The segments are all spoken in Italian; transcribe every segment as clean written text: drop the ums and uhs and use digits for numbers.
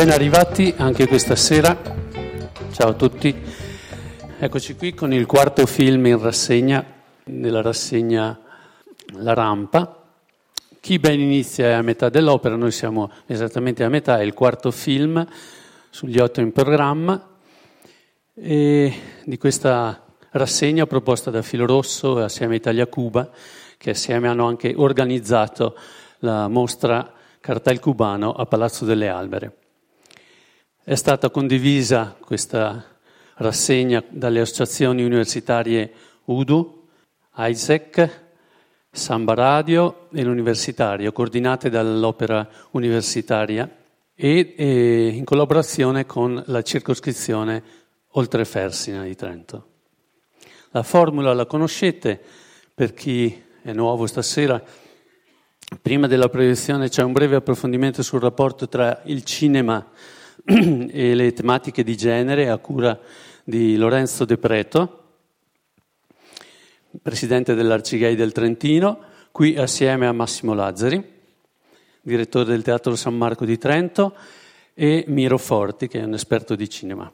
Ben arrivati anche questa sera, ciao a tutti, eccoci qui con il quarto film in rassegna, nella rassegna La Rampa. Chi ben inizia è a metà dell'opera, noi siamo esattamente a metà, è il quarto film sugli 8 in programma e di questa rassegna proposta da Filo Rosso assieme a Italia Cuba, che assieme hanno anche organizzato la mostra Cartel Cubano a Palazzo delle Albere. È stata condivisa questa rassegna dalle associazioni universitarie UDU, AISEC, Samba Radio e l'Universitario, coordinate dall'Opera Universitaria e in collaborazione con la circoscrizione Oltrefersina di Trento. La formula la conoscete, per chi è nuovo stasera. Prima della proiezione c'è un breve approfondimento sul rapporto tra il cinema e le tematiche di genere a cura di Lorenzo De Preto, presidente dell'Arcigay del Trentino, qui assieme a Massimo Lazzari, direttore del Teatro San Marco di Trento, e Miro Forti, che è un esperto di cinema.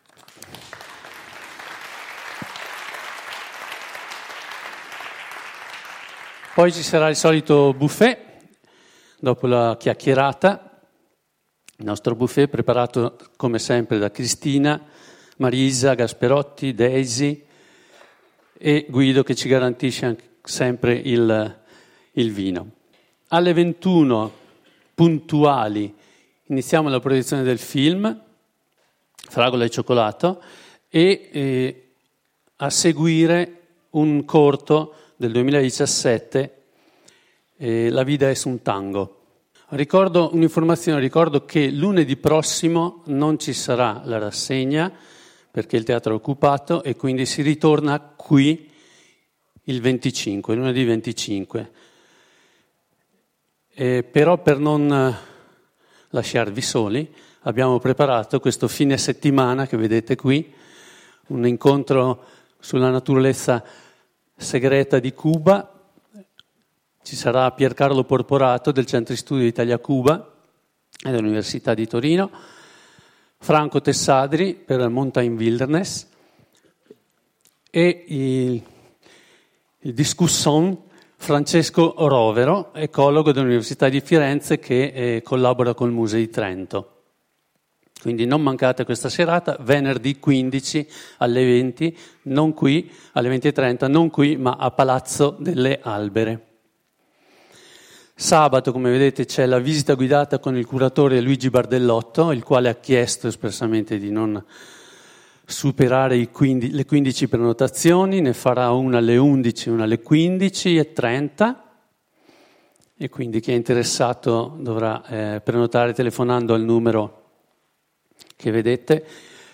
Poi ci sarà il solito buffet, dopo la chiacchierata, il nostro buffet preparato come sempre da Cristina, Marisa, Gasperotti, Daisy e Guido che ci garantisce anche sempre il vino. Alle 21 puntuali iniziamo la proiezione del film Fragola e cioccolato e a seguire un corto del 2017, La vida es un tango. Ricordo che lunedì prossimo non ci sarà la rassegna perché il teatro è occupato e quindi si ritorna qui il 25, lunedì 25. Però per non lasciarvi soli abbiamo preparato questo fine settimana che vedete qui, un incontro sulla naturalezza segreta di Cuba. Ci sarà Piercarlo Porporato del Centro di Studio Italia Cuba e dell'Università di Torino, Franco Tessadri per il Mountain Wilderness e il discusson Francesco Rovero, ecologo dell'Università di Firenze che collabora col Museo di Trento. Quindi non mancate questa serata, venerdì 15 alle 20, non qui, alle 20:30, non qui, ma a Palazzo delle Albere. Sabato, come vedete, c'è la visita guidata con il curatore Luigi Bardellotto, il quale ha chiesto espressamente di non superare le 15 prenotazioni, ne farà una alle 11, una alle 15:30 e quindi chi è interessato dovrà prenotare telefonando al numero che vedete.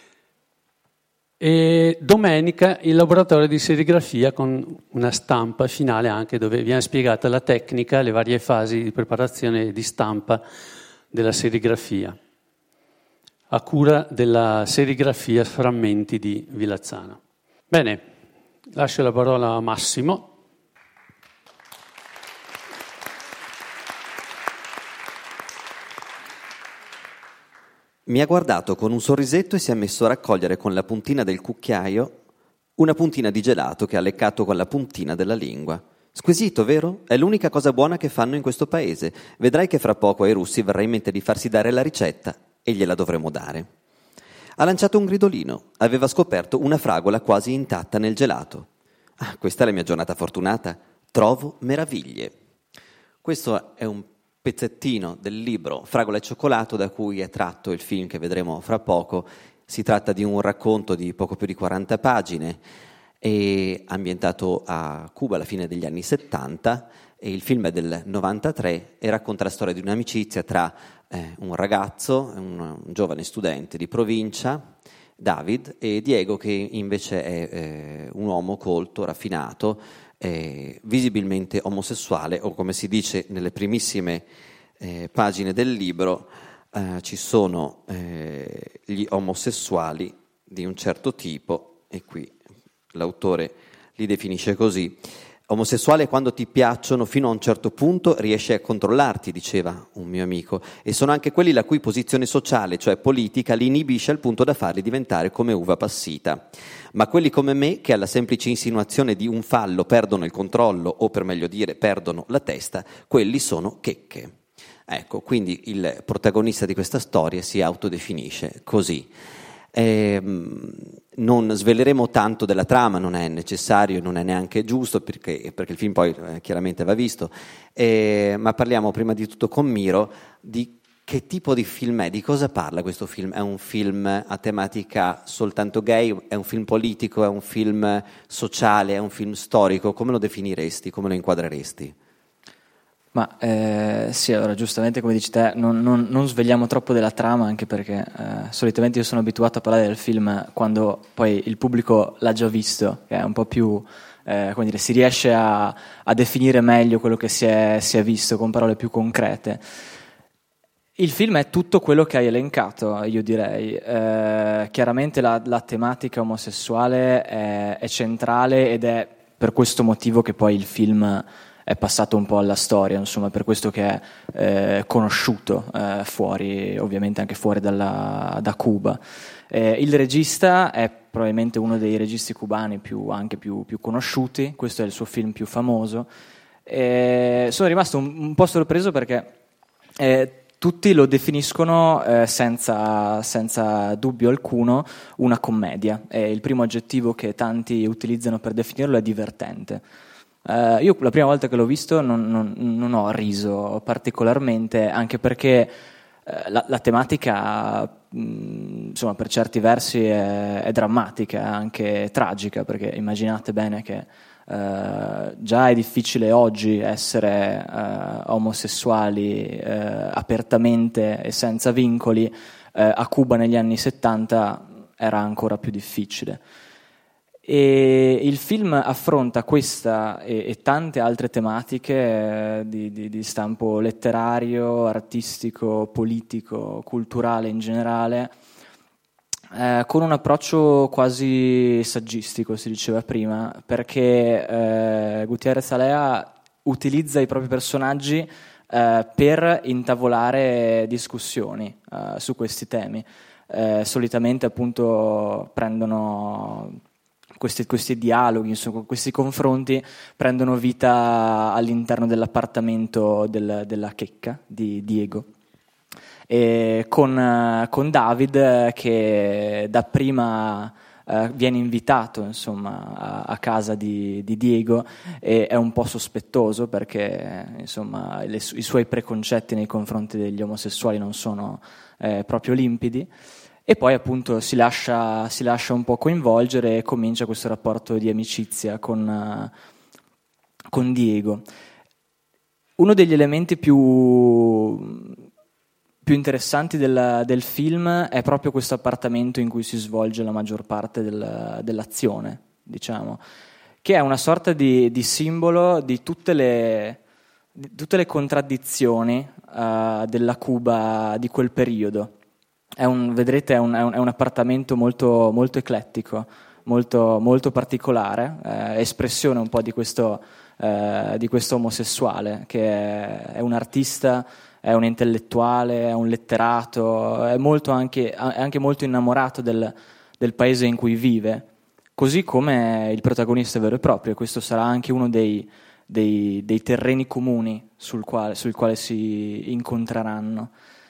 E domenica il laboratorio di serigrafia con una stampa finale anche dove viene spiegata la tecnica, le varie fasi di preparazione e di stampa della serigrafia, a cura della serigrafia Frammenti di Vilazzano. Bene, lascio la parola a Massimo. Mi ha guardato con un sorrisetto e si è messo a raccogliere con la puntina del cucchiaio una puntina di gelato che ha leccato con la puntina della lingua. Squisito, vero? È l'unica cosa buona che fanno in questo paese. Vedrai che fra poco ai russi verrà in mente di farsi dare la ricetta e gliela dovremo dare. Ha lanciato un gridolino. Aveva scoperto una fragola quasi intatta nel gelato. Ah, questa è la mia giornata fortunata. Trovo meraviglie. Questo è un pezzettino del libro Fragola e cioccolato da cui è tratto il film che vedremo fra poco. Si tratta di un racconto di poco più di 40 pagine e ambientato a Cuba alla fine degli anni 70 e il film è del 93 e racconta la storia di un'amicizia tra un ragazzo, un giovane studente di provincia, David, e Diego che invece è un uomo colto, raffinato, visibilmente omosessuale o come si dice nelle primissime pagine del libro ci sono gli omosessuali di un certo tipo e qui l'autore li definisce così Omosessuale quando ti piacciono fino a un certo punto riesci a controllarti, diceva un mio amico, e sono anche quelli la cui posizione sociale, cioè politica, li inibisce al punto da farli diventare come uva passita. Ma quelli come me, che alla semplice insinuazione di un fallo perdono il controllo, o per meglio dire perdono la testa, quelli sono checche. Ecco, quindi il protagonista di questa storia si autodefinisce così. Non sveleremo tanto della trama, non è necessario, non è neanche giusto perché il film poi chiaramente va visto, ma parliamo prima di tutto con Miro di che tipo di film è, di cosa parla questo film. È un film a tematica soltanto gay, è un film politico, è un film sociale, è un film storico, come lo definiresti, come lo inquadreresti? Ma sì, allora giustamente come dici te, non svegliamo troppo della trama, anche perché solitamente io sono abituato a parlare del film quando poi il pubblico l'ha già visto, che è un po' più, come dire, si riesce a definire meglio quello che si è visto con parole più concrete. Il film è tutto quello che hai elencato, io direi. Chiaramente la tematica omosessuale è centrale ed è per questo motivo che poi il film è passato un po' alla storia, insomma, per questo che è conosciuto fuori, ovviamente anche fuori da Cuba. Il regista è probabilmente uno dei registi cubani più conosciuti, questo è il suo film più famoso. Sono rimasto un po' sorpreso perché tutti lo definiscono senza dubbio alcuno una commedia. Il primo aggettivo che tanti utilizzano per definirlo è divertente. Io la prima volta che l'ho visto non ho riso particolarmente, anche perché la tematica insomma per certi versi è drammatica, anche tragica, perché immaginate bene che già è difficile oggi essere omosessuali apertamente e senza vincoli, a Cuba negli anni 70 era ancora più difficile. E il film affronta questa e tante altre tematiche di stampo letterario, artistico, politico, culturale in generale, con un approccio quasi saggistico, si diceva prima, perché Gutiérrez Alea utilizza i propri personaggi per intavolare discussioni su questi temi. Solitamente appunto prendono questi dialoghi, insomma, questi confronti prendono vita all'interno dell'appartamento della checca di Diego, e con David che dapprima viene invitato insomma a casa di Diego, e è un po' sospettoso perché insomma i suoi preconcetti nei confronti degli omosessuali non sono proprio limpidi. E poi appunto si lascia un po' coinvolgere e comincia questo rapporto di amicizia con Diego. Uno degli elementi più interessanti del film è proprio questo appartamento in cui si svolge la maggior parte dell'azione, diciamo, che è una sorta di simbolo di tutte le contraddizioni della Cuba di quel periodo. Vedrete, è un appartamento molto, molto eclettico, molto, molto particolare, espressione un po' di questo omosessuale, che è un artista, è un intellettuale, è un letterato, è anche molto innamorato del paese in cui vive, così come il protagonista vero e proprio. Questo sarà anche uno dei terreni comuni sul quale si incontreranno.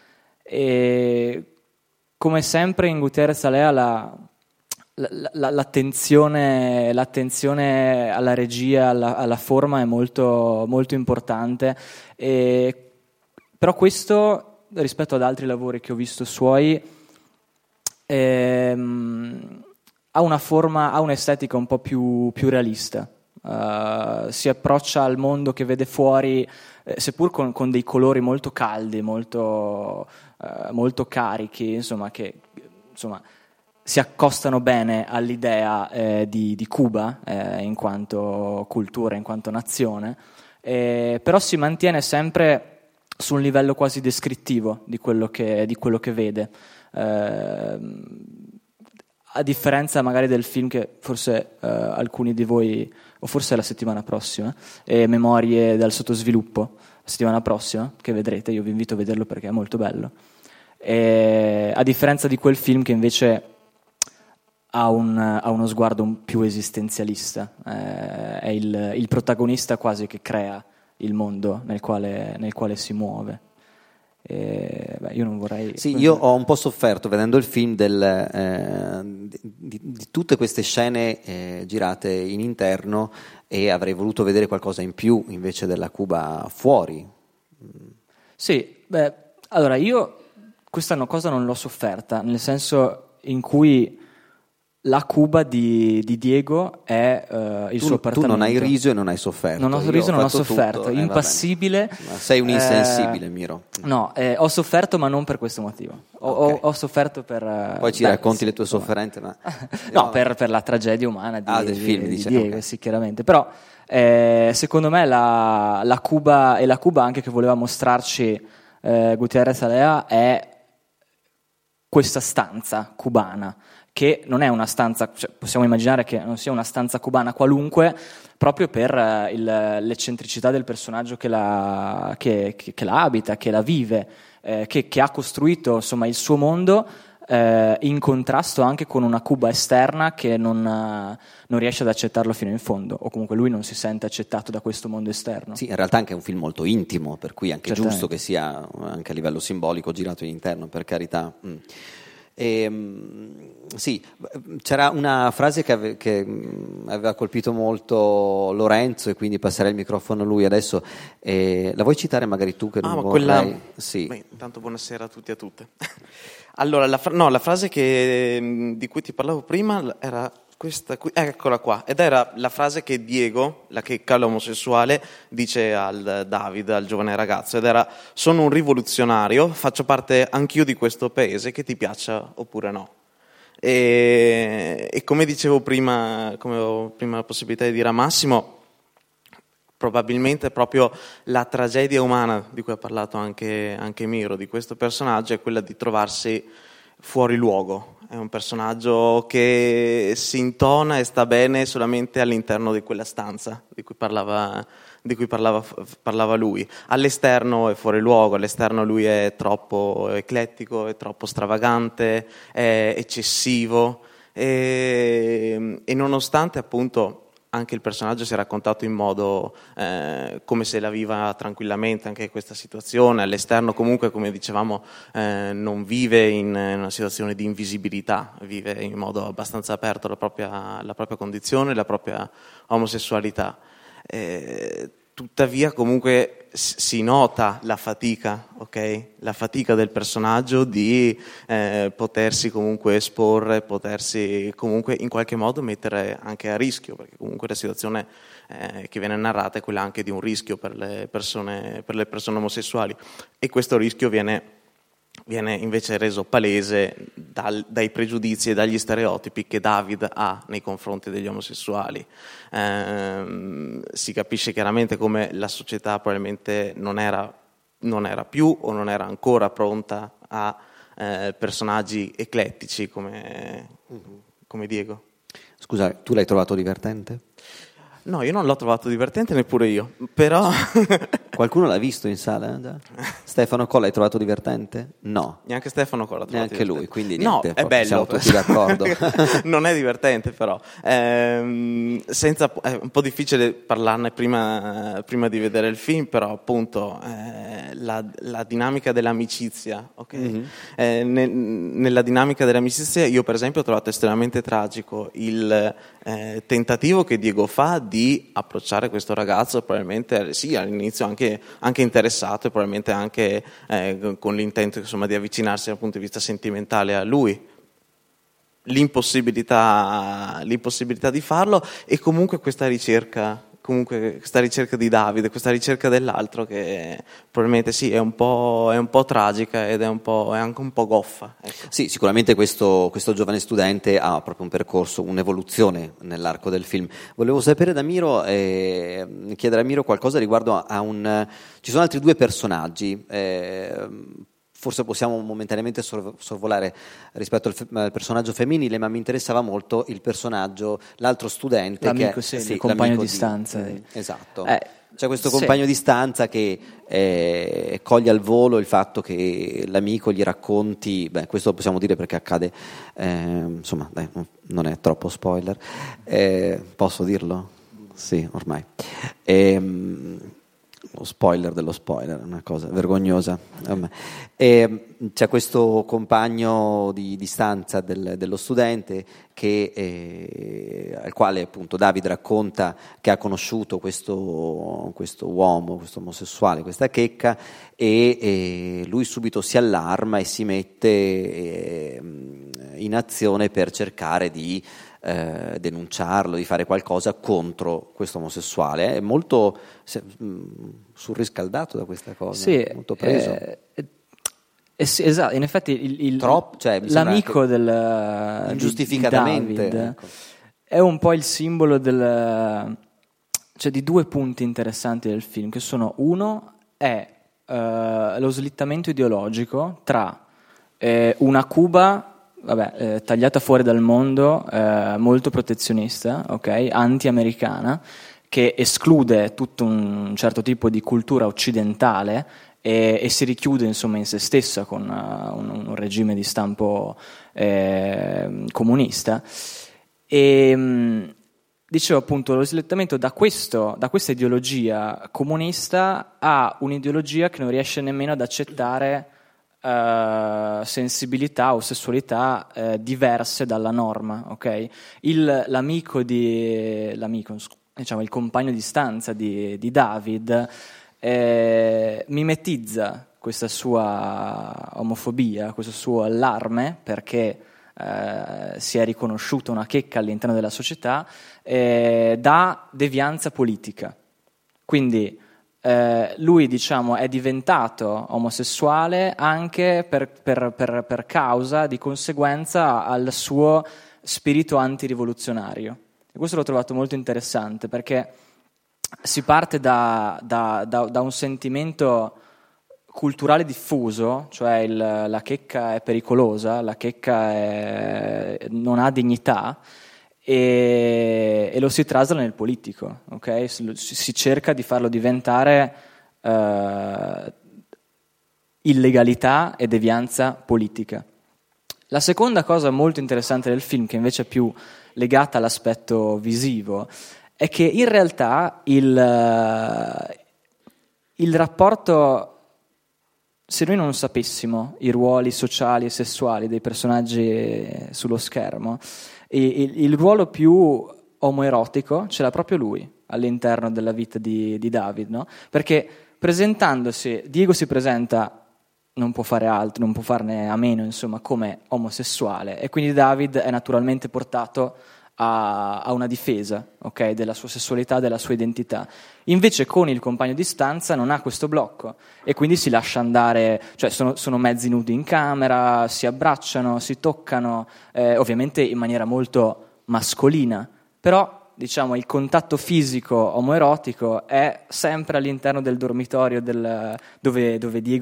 E come sempre in Gutiérrez Alea l'attenzione alla regia, alla forma è molto, molto importante, però questo rispetto ad altri lavori che ho visto suoi ha una forma, ha un'estetica un po' più realista. Si approccia al mondo che vede fuori, seppur con dei colori molto caldi, molto carichi, insomma, che insomma si accostano bene all'idea di Cuba in quanto cultura, in quanto nazione, però si mantiene sempre su un livello quasi descrittivo di quello che vede. a differenza magari del film che forse alcuni di voi, o forse la settimana prossima, Memorie dal sottosviluppo, la settimana prossima, che vedrete, io vi invito a vederlo perché è molto bello. E, a differenza di quel film che invece ha uno sguardo più esistenzialista, è il protagonista quasi che crea il mondo nel quale si muove. Io non vorrei. Sì, io ho un po' sofferto vedendo il film di tutte queste scene girate in interno, e avrei voluto vedere qualcosa in più invece della Cuba fuori. Sì, allora io questa cosa non l'ho sofferta, nel senso in cui la Cuba di Diego è il suo appartamento. Tu non hai riso e non hai sofferto. Non ho riso e non ho sofferto, impassibile. Ma sei un insensibile, Miro. No, ho sofferto, ma non per questo motivo. Ho sofferto per... Poi ci racconti le tue sofferenze, ma... No, per la tragedia umana del film, di Diego, okay. Sì, chiaramente. Però, secondo me, la Cuba, e la Cuba anche che voleva mostrarci Gutiérrez Alea, è questa stanza cubana, che non è una stanza, cioè possiamo immaginare che non sia una stanza cubana qualunque, proprio per l'eccentricità del personaggio che la abita, che la vive, che ha costruito insomma il suo mondo, in contrasto anche con una Cuba esterna che non riesce ad accettarlo fino in fondo, o comunque lui non si sente accettato da questo mondo esterno. Sì, in realtà anche è un film molto intimo, per cui è anche Certamente. giusto che sia anche a livello simbolico girato in interno, per carità. Sì, c'era una frase che aveva colpito molto Lorenzo, e quindi passerei il microfono a lui adesso. La vuoi citare magari tu, che non vorrei? Quella... Sì. Beh, intanto buonasera a tutti e a tutte. Allora, la frase di cui ti parlavo prima era questa qui, eccola qua, ed era la frase che Diego, la checca, l'omosessuale, dice al David, al giovane ragazzo, ed era: sono un rivoluzionario, faccio parte anch'io di questo paese, che ti piaccia oppure no. E come dicevo prima, come ho prima la possibilità di dire a Massimo, probabilmente proprio la tragedia umana di cui ha parlato anche Miro, di questo personaggio, è quella di trovarsi fuori luogo. È un personaggio che si intona e sta bene solamente all'interno di quella stanza di cui parlava lui. All'esterno è fuori luogo, all'esterno lui è troppo eclettico, è troppo stravagante, è eccessivo, e nonostante appunto anche il personaggio si è raccontato in modo come se la viva tranquillamente anche questa situazione, all'esterno comunque, come dicevamo, non vive in una situazione di invisibilità, vive in modo abbastanza aperto la propria condizione, la propria omosessualità. Tuttavia comunque si nota la fatica, ok? La fatica del personaggio di potersi comunque esporre, potersi comunque in qualche modo mettere anche a rischio, perché comunque la situazione che viene narrata è quella anche di un rischio per le persone omosessuali, e questo rischio viene invece reso palese dai pregiudizi e dagli stereotipi che David ha nei confronti degli omosessuali. Si capisce chiaramente come la società probabilmente non era più o non era ancora pronta a personaggi eclettici come Diego. Scusa, tu l'hai trovato divertente? No, io non l'ho trovato divertente, neppure io, però... Qualcuno l'ha visto in sala? Già? Stefano Colla hai trovato divertente? No. Neanche Stefano Colla l'ha trovato neanche divertente. Lui, quindi niente. No, è bello. Siamo tutti d'accordo. Non è divertente però. È un po' difficile parlarne prima di vedere il film, però appunto la dinamica dell'amicizia, ok? Mm-hmm. Nella dinamica dell'amicizia io per esempio ho trovato estremamente tragico il tentativo che Diego fa di approcciare questo ragazzo, probabilmente sì all'inizio anche interessato, e probabilmente anche con l'intento insomma di avvicinarsi dal punto di vista sentimentale a lui, l'impossibilità di farlo, e comunque questa ricerca di Davide, questa ricerca dell'altro, che probabilmente sì è un po' tragica ed è anche un po' goffa, ecco. Sì, sicuramente questo giovane studente ha proprio un percorso, un'evoluzione nell'arco del film. Volevo sapere da Miro, chiedere a Miro qualcosa riguardo ci sono altri due personaggi forse possiamo momentaneamente sorvolare rispetto al personaggio femminile, ma mi interessava molto il personaggio, l'altro studente, l'amico, che è il compagno di stanza. Esatto. C'è questo compagno di stanza che coglie al volo il fatto che l'amico gli racconti, questo lo possiamo dire perché accade, insomma, dai, non è troppo spoiler, posso dirlo? Sì, ormai. Lo spoiler dello spoiler, è una cosa vergognosa. C'è questo compagno di stanza dello studente al quale appunto David racconta che ha conosciuto questo uomo, questo omosessuale, questa checca, e lui subito si allarma e si mette in azione per cercare di denunciarlo, di fare qualcosa contro questo omosessuale. È molto surriscaldato da questa cosa, sì, molto preso. Sì, esatto, in effetti l'amico ingiustificatamente di David, ecco, è un po' il simbolo di due punti interessanti del film, che sono: uno è lo slittamento ideologico tra una Cuba tagliata fuori dal mondo, molto protezionista, anti-americana, che esclude tutto un certo tipo di cultura occidentale e si richiude insomma in se stessa con un regime di stampo comunista. E dicevo appunto lo slittamento da questa ideologia comunista a un'ideologia che non riesce nemmeno ad accettare sensibilità o sessualità diverse dalla norma, ok? Il compagno di stanza di David mimetizza questa sua omofobia, questo suo allarme, perché si è riconosciuta una checca all'interno della società, da devianza politica. Quindi lui è diventato omosessuale anche per causa, di conseguenza, al suo spirito antirivoluzionario. E questo l'ho trovato molto interessante, perché si parte da un sentimento culturale diffuso, cioè la checca è pericolosa, la checca non ha dignità, e lo si trasla nel politico, ok? Si cerca di farlo diventare illegalità e devianza politica. La seconda cosa molto interessante del film, che invece è più legata all'aspetto visivo, è che in realtà il rapporto, se noi non sapessimo i ruoli sociali e sessuali dei personaggi sullo schermo, il ruolo più omoerotico ce l'ha proprio lui all'interno della vita di David, no? Perché presentandosi, Diego si presenta, non può fare altro, non può farne a meno, insomma, come omosessuale, e quindi David è naturalmente portato a una difesa, ok, della sua sessualità, della sua identità. Invece con il compagno di stanza non ha questo blocco e quindi si lascia andare, cioè sono mezzi nudi in camera, si abbracciano, si toccano, ovviamente in maniera molto mascolina, però diciamo il contatto fisico omoerotico è sempre all'interno del dormitorio dove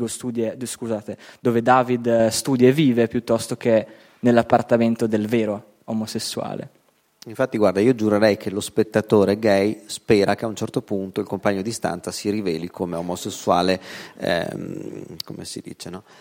David studia e vive, piuttosto che nell'appartamento del vero omosessuale. Infatti, guarda, io giurerei che lo spettatore gay spera che a un certo punto il compagno di stanza si riveli come omosessuale, come si dice, no?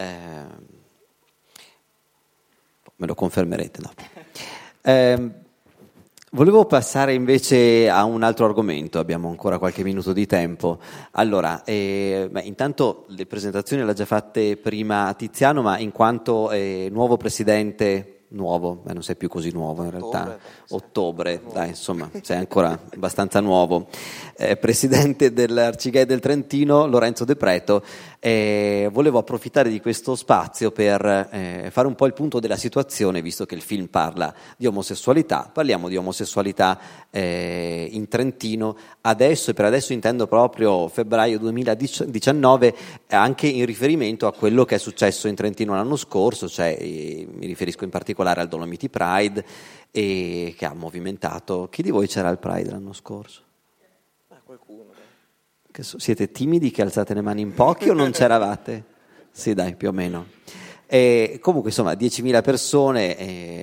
Me lo confermerete dopo. Volevo passare invece a un altro argomento, abbiamo ancora qualche minuto di tempo. Allora, intanto le presentazioni le ha già fatte prima Tiziano, ma in quanto nuovo presidente... Nuovo, non sei più così nuovo in realtà, ottobre, dai, insomma, sei ancora abbastanza nuovo. Presidente dell'Arcigay del Trentino, Lorenzo De Preto, volevo approfittare di questo spazio per fare un po' il punto della situazione, visto che il film parla di omosessualità. Parliamo di omosessualità in Trentino adesso, e per adesso intendo proprio febbraio 2019, anche in riferimento a quello che è successo in Trentino l'anno scorso, cioè mi riferisco in particolare al Dolomiti Pride, e che ha movimentato... Chi di voi c'era al Pride l'anno scorso? Qualcuno. Siete timidi che alzate le mani in pochi o non c'eravate? Sì, dai, più o meno. E comunque, insomma, 10.000 persone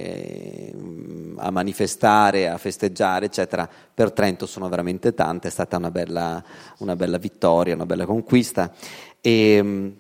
a manifestare, a festeggiare, eccetera, per Trento sono veramente tante, è stata una bella vittoria, una bella conquista. E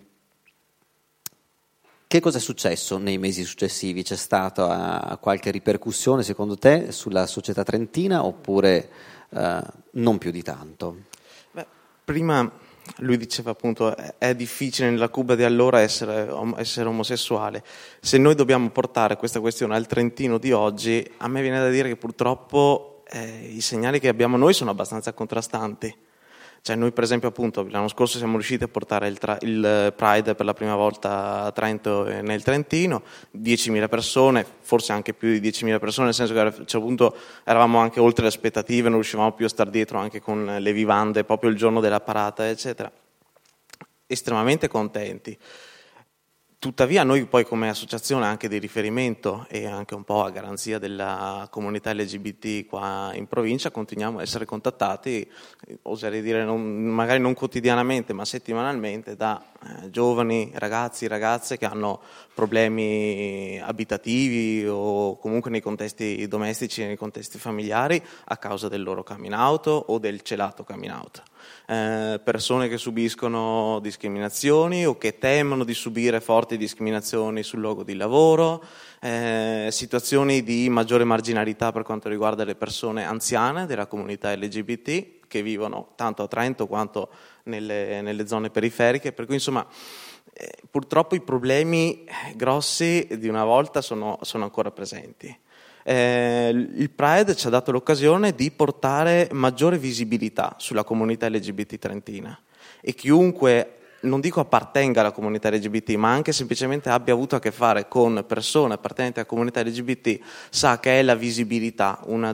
che cosa è successo nei mesi successivi? C'è stata qualche ripercussione, secondo te, sulla società trentina, oppure non più di tanto? Beh, prima lui diceva appunto è difficile nella Cuba di allora essere omosessuale. Se noi dobbiamo portare questa questione al Trentino di oggi, a me viene da dire che purtroppo i segnali che abbiamo noi sono abbastanza contrastanti. Cioè noi per esempio appunto l'anno scorso siamo riusciti a portare il Pride per la prima volta a Trento e nel Trentino, 10.000 persone, forse anche più di 10.000 persone, nel senso che a un certo punto eravamo anche oltre le aspettative, non riuscivamo più a star dietro anche con le vivande proprio il giorno della parata, eccetera. Estremamente contenti. Tuttavia noi poi come associazione anche di riferimento e anche un po' a garanzia della comunità LGBT qua in provincia continuiamo a essere contattati, oserei dire magari non quotidianamente ma settimanalmente, da giovani, ragazzi, ragazze che hanno problemi abitativi o comunque nei contesti domestici e nei contesti familiari a causa del loro coming out o del celato coming out. Persone che subiscono discriminazioni o che temono di subire forti discriminazioni sul luogo di lavoro, situazioni di maggiore marginalità per quanto riguarda le persone anziane della comunità LGBT che vivono tanto a Trento quanto nelle zone periferiche, per cui insomma purtroppo i problemi grossi di una volta sono ancora presenti. Il Pride ci ha dato l'occasione di portare maggiore visibilità sulla comunità LGBT trentina e chiunque, non dico appartenga alla comunità LGBT, ma anche semplicemente abbia avuto a che fare con persone appartenenti alla comunità LGBT, sa che è la visibilità uno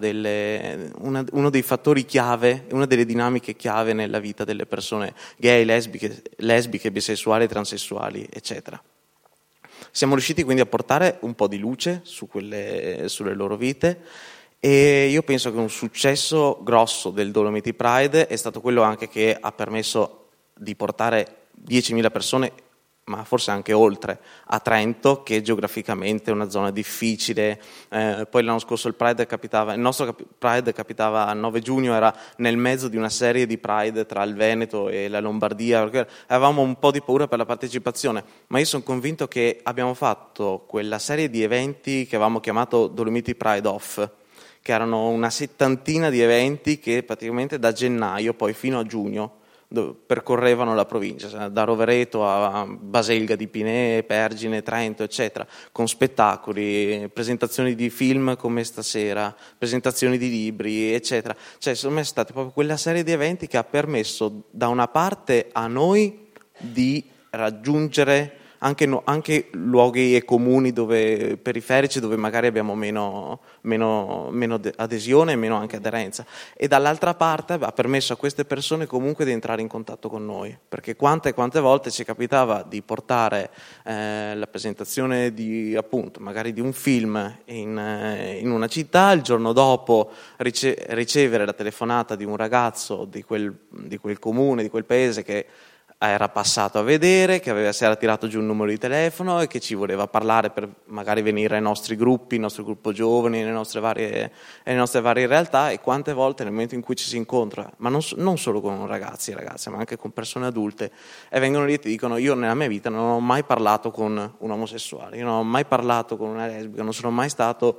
dei fattori chiave, una delle dinamiche chiave nella vita delle persone gay, lesbiche, bisessuali, transessuali, eccetera. Siamo riusciti quindi a portare un po' di luce sulle loro vite e io penso che un successo grosso del Dolomiti Pride è stato quello anche che ha permesso di portare 10.000 persone, ma forse anche oltre, a Trento, che geograficamente è una zona difficile. Poi l'anno scorso il nostro Pride capitava il 9 giugno, era nel mezzo di una serie di Pride tra il Veneto e la Lombardia, perché avevamo un po' di paura per la partecipazione, ma io sono convinto che abbiamo fatto quella serie di eventi che avevamo chiamato Dolomiti Pride Off, che erano una settantina di eventi che praticamente da gennaio poi fino a giugno percorrevano la provincia, da Rovereto a Baselga di Pinè, Pergine, Trento, eccetera, con spettacoli, presentazioni di film come stasera, presentazioni di libri, eccetera. Cioè, secondo me è stata proprio quella serie di eventi che ha permesso da una parte a noi di raggiungere anche luoghi e comuni periferici dove magari abbiamo meno adesione e meno anche aderenza, e dall'altra parte ha permesso a queste persone comunque di entrare in contatto con noi, perché quante volte ci capitava di portare la presentazione appunto magari di un film in una città, il giorno dopo ricevere la telefonata di un ragazzo di quel comune, di quel paese che era passato a vedere, che si era tirato giù un numero di telefono e che ci voleva parlare per magari venire ai nostri gruppi, il nostro gruppo giovani, nelle nostre varie realtà. E quante volte nel momento in cui ci si incontra, ma non solo con ragazzi e ragazze, ma anche con persone adulte, e vengono lì e ti dicono: io nella mia vita non ho mai parlato con un omosessuale, io non ho mai parlato con una lesbica, non sono mai stato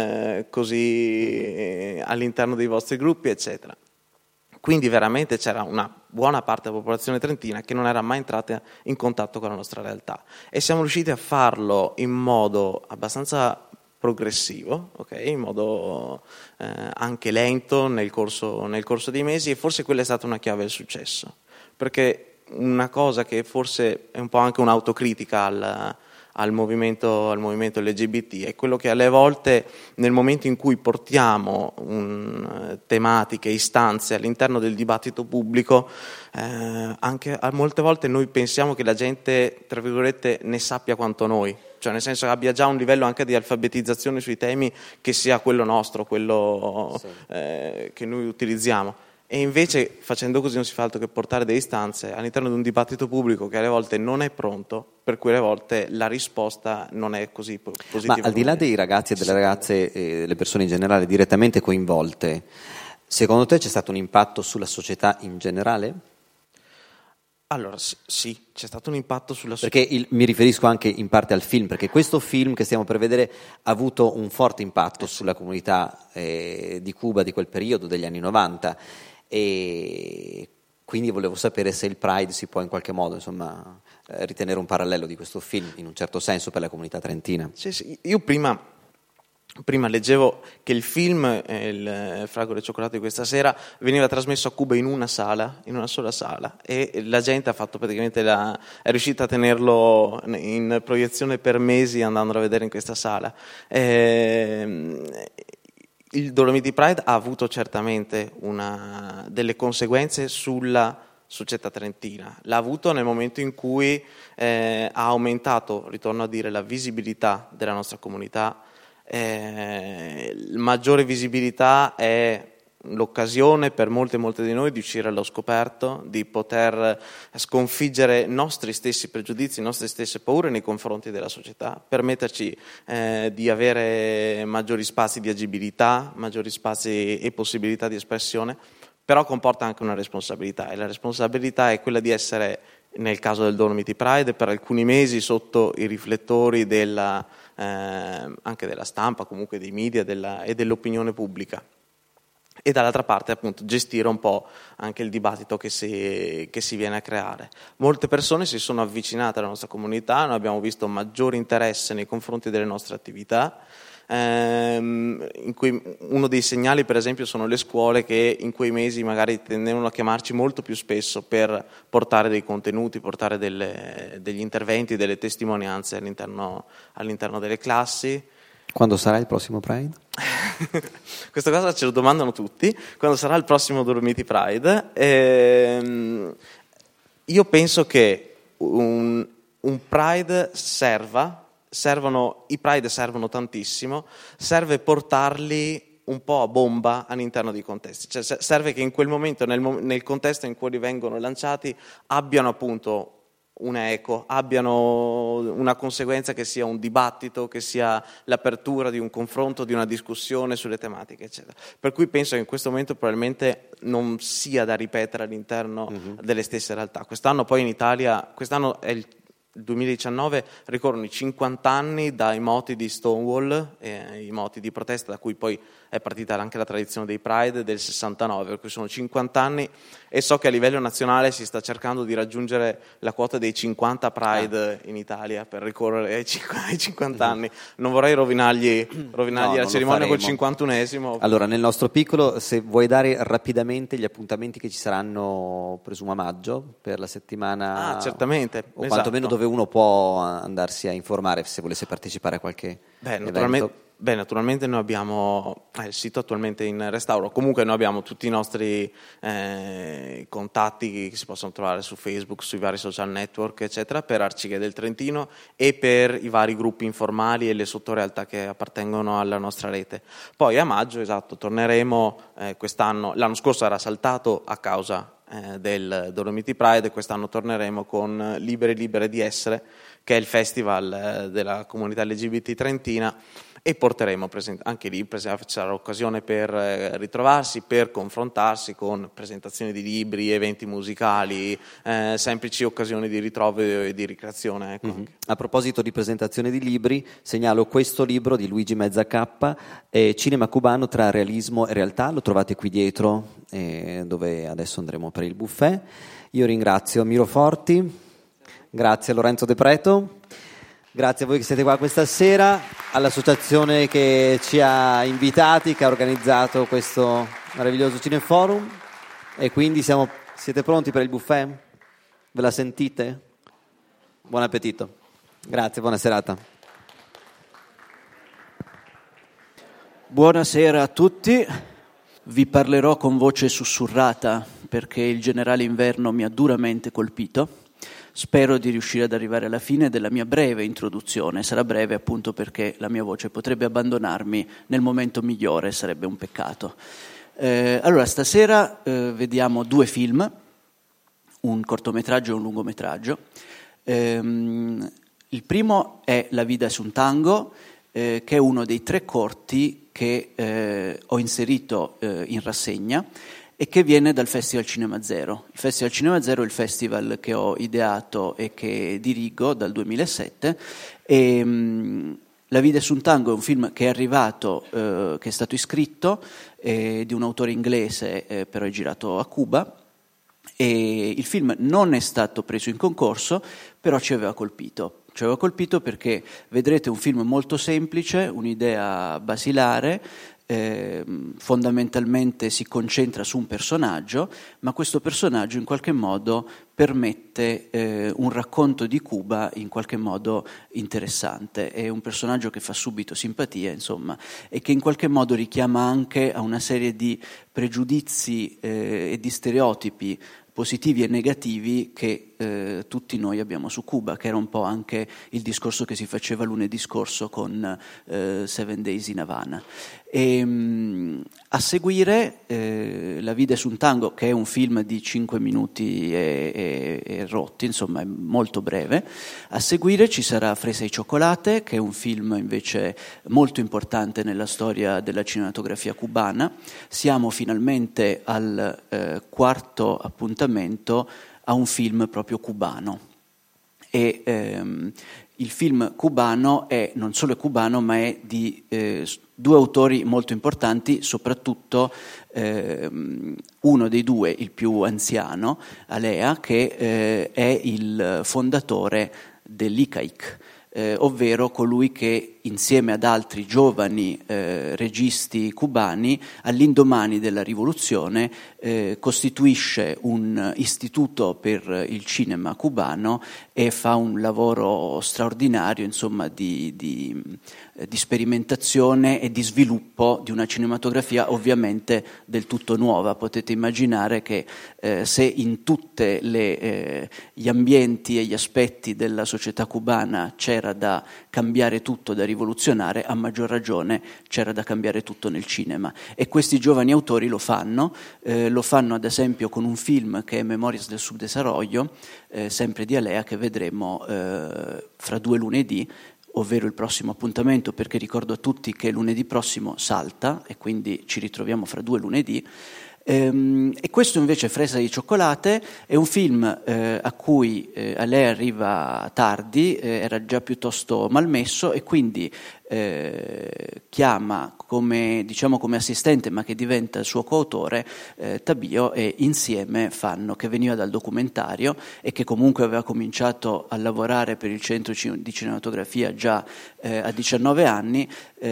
così all'interno dei vostri gruppi, eccetera. Quindi veramente c'era una buona parte della popolazione trentina che non era mai entrata in contatto con la nostra realtà, e siamo riusciti a farlo in modo abbastanza progressivo, okay? In modo anche lento nel corso dei mesi, e forse quella è stata una chiave del successo, perché una cosa che forse è un po' anche un'autocritica al movimento LGBT è quello che alle volte nel momento in cui portiamo tematiche, istanze all'interno del dibattito pubblico, anche molte volte noi pensiamo che la gente, tra virgolette, ne sappia quanto noi, cioè nel senso che abbia già un livello anche di alfabetizzazione sui temi che sia quello nostro, quello sì, che noi utilizziamo. E invece, facendo così, non si fa altro che portare delle istanze all'interno di un dibattito pubblico che alle volte non è pronto, per cui alle volte la risposta non è così positiva. Ma al di là dei ragazzi e delle ragazze, le persone in generale direttamente coinvolte, secondo te c'è stato un impatto sulla società in generale? Allora, sì, c'è stato un impatto sulla società. Perché mi riferisco anche in parte al film, perché questo film che stiamo per vedere ha avuto un forte impatto sulla comunità di Cuba di quel periodo, degli anni 90, e quindi volevo sapere se il Pride si può in qualche modo, insomma, ritenere un parallelo di questo film, in un certo senso, per la comunità trentina. Sì, io prima leggevo che il film, il Fragole e Cioccolato di questa sera, veniva trasmesso a Cuba in una sola sala, e la gente ha fatto praticamente è riuscita a tenerlo in proiezione per mesi andandolo a vedere in questa sala. Il Dolomiti Pride ha avuto certamente delle conseguenze sulla società trentina. L'ha avuto nel momento in cui ha aumentato, ritorno a dire, la visibilità della nostra comunità. Maggiore visibilità è l'occasione per molte di noi di uscire allo scoperto, di poter sconfiggere i nostri stessi pregiudizi, le nostre stesse paure nei confronti della società, permetterci di avere maggiori spazi di agibilità, maggiori spazi e possibilità di espressione, però comporta anche una responsabilità, e la responsabilità è quella di essere, nel caso del Dolomiti Pride, per alcuni mesi sotto i riflettori anche della stampa, comunque dei media e dell'opinione pubblica, e dall'altra parte appunto gestire un po' anche il dibattito che si viene a creare. Molte persone si sono avvicinate alla nostra comunità, noi abbiamo visto maggiore interesse nei confronti delle nostre attività, in cui uno dei segnali per esempio sono le scuole che in quei mesi magari tendevano a chiamarci molto più spesso per portare dei contenuti, portare degli interventi, delle testimonianze all'interno delle classi. Quando sarà il prossimo Pride? Questa cosa ce lo domandano tutti, quando sarà il prossimo Dolomiti Pride. Io penso che un Pride i Pride servono tantissimo, serve portarli un po' a bomba all'interno dei contesti, cioè serve che in quel momento, nel contesto in cui vengono lanciati, abbiano appunto una eco, abbiano una conseguenza che sia un dibattito, che sia l'apertura di un confronto, di una discussione sulle tematiche, eccetera. Per cui penso che in questo momento probabilmente non sia da ripetere all'interno delle stesse realtà. Quest'anno poi in Italia, quest'anno è il 2019, ricorrono i 50 anni dai moti di Stonewall, i moti di protesta da cui poi è partita anche la tradizione dei Pride del 69, per cui sono 50 anni, e so che a livello nazionale si sta cercando di raggiungere la quota dei 50 Pride in Italia per ricorrere ai 50 anni. Non vorrei rovinargli la cerimonia col 51esimo. Allora, nel nostro piccolo, se vuoi dare rapidamente gli appuntamenti che ci saranno, presumo a maggio, per la settimana. Certamente. O quantomeno dove uno può andarsi a informare se volesse partecipare a qualche evento. Naturalmente noi abbiamo il sito attualmente in restauro, comunque noi abbiamo tutti i nostri contatti che si possono trovare su Facebook, sui vari social network, eccetera, per Arcigay del Trentino e per i vari gruppi informali e le sottorealtà che appartengono alla nostra rete. Poi a maggio, torneremo quest'anno, l'anno scorso era saltato a causa del Dolomiti Pride, e quest'anno torneremo con Libere di Essere, che è il festival della comunità LGBT trentina, e porteremo anche lì sarà occasione per ritrovarsi, per confrontarsi con presentazioni di libri, eventi musicali, semplici occasioni di ritrovo e di ricreazione. Ecco. A proposito di presentazione di libri, segnalo questo libro di Luigi Mezzacappa, Cinema cubano tra realismo e realtà, lo trovate qui dietro, dove adesso andremo per il buffet. Io ringrazio Miro Forti, grazie a Lorenzo De Preto, grazie a voi che siete qua questa sera, all'associazione che ci ha invitati, che ha organizzato questo meraviglioso Cineforum, e quindi siete pronti per il buffet? Ve la sentite? Buon appetito. Grazie, buona serata. Buonasera a tutti. Vi parlerò con voce sussurrata perché il generale inverno mi ha duramente colpito. Spero di riuscire ad arrivare alla fine della mia breve introduzione. Sarà breve appunto perché la mia voce potrebbe abbandonarmi nel momento migliore, sarebbe un peccato. Allora, stasera vediamo 2 film, un cortometraggio e un lungometraggio. Il primo è La vida es un tango, che è uno dei 3 corti che ho inserito in rassegna e che viene dal Festival Cinema Zero. Il Festival Cinema Zero è il festival che ho ideato e che dirigo dal 2007 e La vida es un tango è un film che è arrivato, che è stato iscritto, di un autore inglese, però è girato a Cuba, e il film non è stato preso in concorso, però ci aveva colpito. Ci aveva colpito perché vedrete un film molto semplice, un'idea basilare, fondamentalmente si concentra su un personaggio, ma questo personaggio in qualche modo permette un racconto di Cuba in qualche modo interessante. È un personaggio che fa subito simpatia, insomma, e che in qualche modo richiama anche a una serie di pregiudizi e di stereotipi positivi e negativi che tutti noi abbiamo su Cuba, che era un po' anche il discorso che si faceva lunedì scorso con 7 Days in Havana. A seguire La vida es un tango, che è un film di 5 minuti e rotti, insomma è molto breve. A seguire ci sarà Fresa e cioccolate, che è un film invece molto importante nella storia della cinematografia cubana. Siamo finalmente al quarto appuntamento a un film proprio cubano. E il film cubano non solo è cubano, ma è di 2 autori molto importanti, soprattutto uno dei 2, il più anziano, Alea, che è il fondatore dell'ICAIC, ovvero colui che insieme ad altri giovani registi cubani all'indomani della rivoluzione costituisce un istituto per il cinema cubano e fa un lavoro straordinario, insomma, di sperimentazione e di sviluppo di una cinematografia ovviamente del tutto nuova. Potete immaginare che se in tutte gli ambienti e gli aspetti della società cubana c'era da cambiare tutto, da rivoluzionare, a maggior ragione c'era da cambiare tutto nel cinema. E questi giovani autori lo fanno ad esempio con un film che è Memorias del Subdesarrollo, sempre di Alea, che vedremo fra 2 lunedì, ovvero il prossimo appuntamento, perché ricordo a tutti che lunedì prossimo salta e quindi ci ritroviamo fra 2 lunedì. E questo invece, Fresa di cioccolate, è un film a cui Alea arriva tardi, era già piuttosto malmesso e quindi chiama come assistente, ma che diventa il suo coautore, Tabio, e insieme fanno, che veniva dal documentario e che comunque aveva cominciato a lavorare per il Centro di Cinematografia già a 19 anni,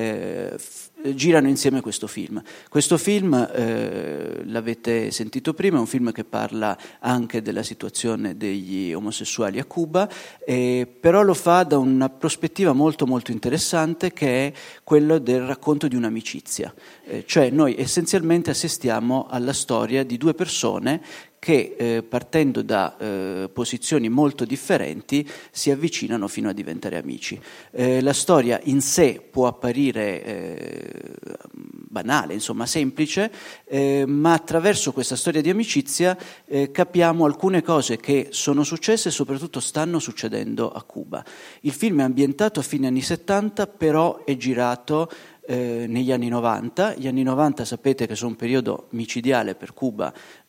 girano insieme questo film. Questo film, l'avete sentito prima, è un film che parla anche della situazione degli omosessuali a Cuba, però lo fa da una prospettiva molto molto interessante, che è quello del racconto di un'amicizia. Cioè noi essenzialmente assistiamo alla storia di 2 persone che partendo da posizioni molto differenti si avvicinano fino a diventare amici. La storia in sé può apparire banale, insomma semplice, ma attraverso questa storia di amicizia capiamo alcune cose che sono successe e soprattutto stanno succedendo a Cuba. Il film è ambientato a fine anni 70, però è girato negli anni 90. Gli anni 90 sapete che sono un periodo micidiale per Cuba,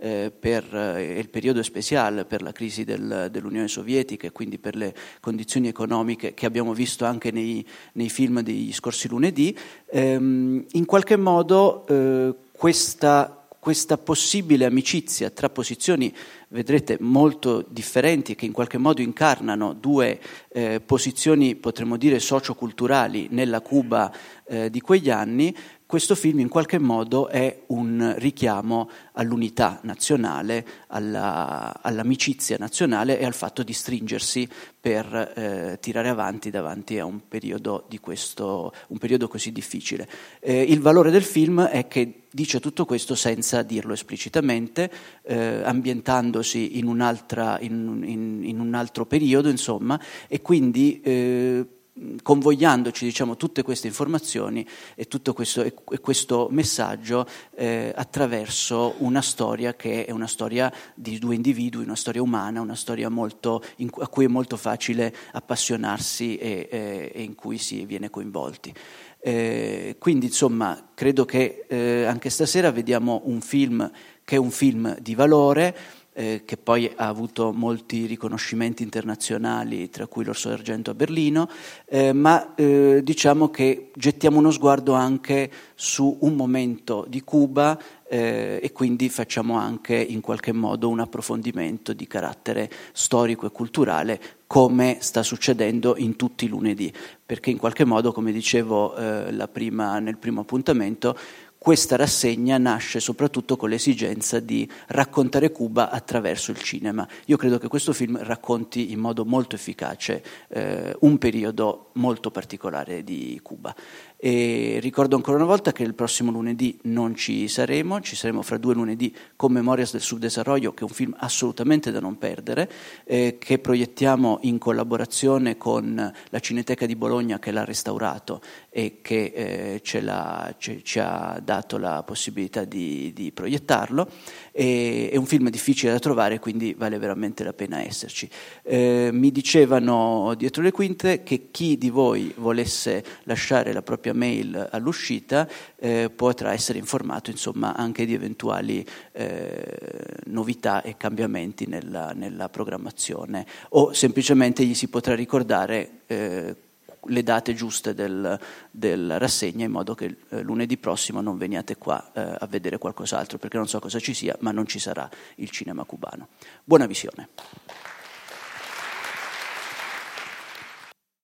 il periodo speciale per la crisi dell'Unione Sovietica e quindi per le condizioni economiche che abbiamo visto anche nei film degli scorsi lunedì. In qualche modo questa possibile amicizia tra posizioni, vedrete, molto differenti, che in qualche modo incarnano 2 posizioni, potremmo dire, socioculturali nella Cuba di quegli anni. Questo film in qualche modo è un richiamo all'unità nazionale, all'amicizia nazionale e al fatto di stringersi per tirare avanti davanti a un periodo così difficile. Il valore del film è che dice tutto questo senza dirlo esplicitamente, ambientandosi in un altro periodo, insomma, e quindi convogliandoci, diciamo, tutte queste informazioni e tutto questo messaggio attraverso una storia che è una storia di due individui, una storia umana, una storia a cui è molto facile appassionarsi e in cui si viene coinvolti. Quindi insomma credo che anche stasera vediamo un film che è un film di valore, che poi ha avuto molti riconoscimenti internazionali, tra cui l'Orso d'Argento a Berlino, ma diciamo che gettiamo uno sguardo anche su un momento di Cuba e quindi facciamo anche in qualche modo un approfondimento di carattere storico e culturale, come sta succedendo in tutti i lunedì, perché in qualche modo, come dicevo nel primo appuntamento, questa rassegna nasce soprattutto con l'esigenza di raccontare Cuba attraverso il cinema. Io credo che questo film racconti in modo molto efficace un periodo molto particolare di Cuba. E ricordo ancora una volta che il prossimo lunedì non ci saremo fra 2 lunedì con Memorias del Subdesarrollo, che è un film assolutamente da non perdere, che proiettiamo in collaborazione con la Cineteca di Bologna, che l'ha restaurato e che ci ha dato la possibilità di proiettarlo. È un film difficile da trovare, quindi vale veramente la pena esserci. Mi dicevano dietro le quinte che chi di voi volesse lasciare la propria mail all'uscita potrà essere informato, insomma, anche di eventuali novità e cambiamenti nella programmazione, o semplicemente gli si potrà ricordare le date giuste della rassegna, in modo che lunedì prossimo non veniate qua a vedere qualcos'altro, perché non so cosa ci sia, ma non ci sarà il cinema cubano. Buona visione.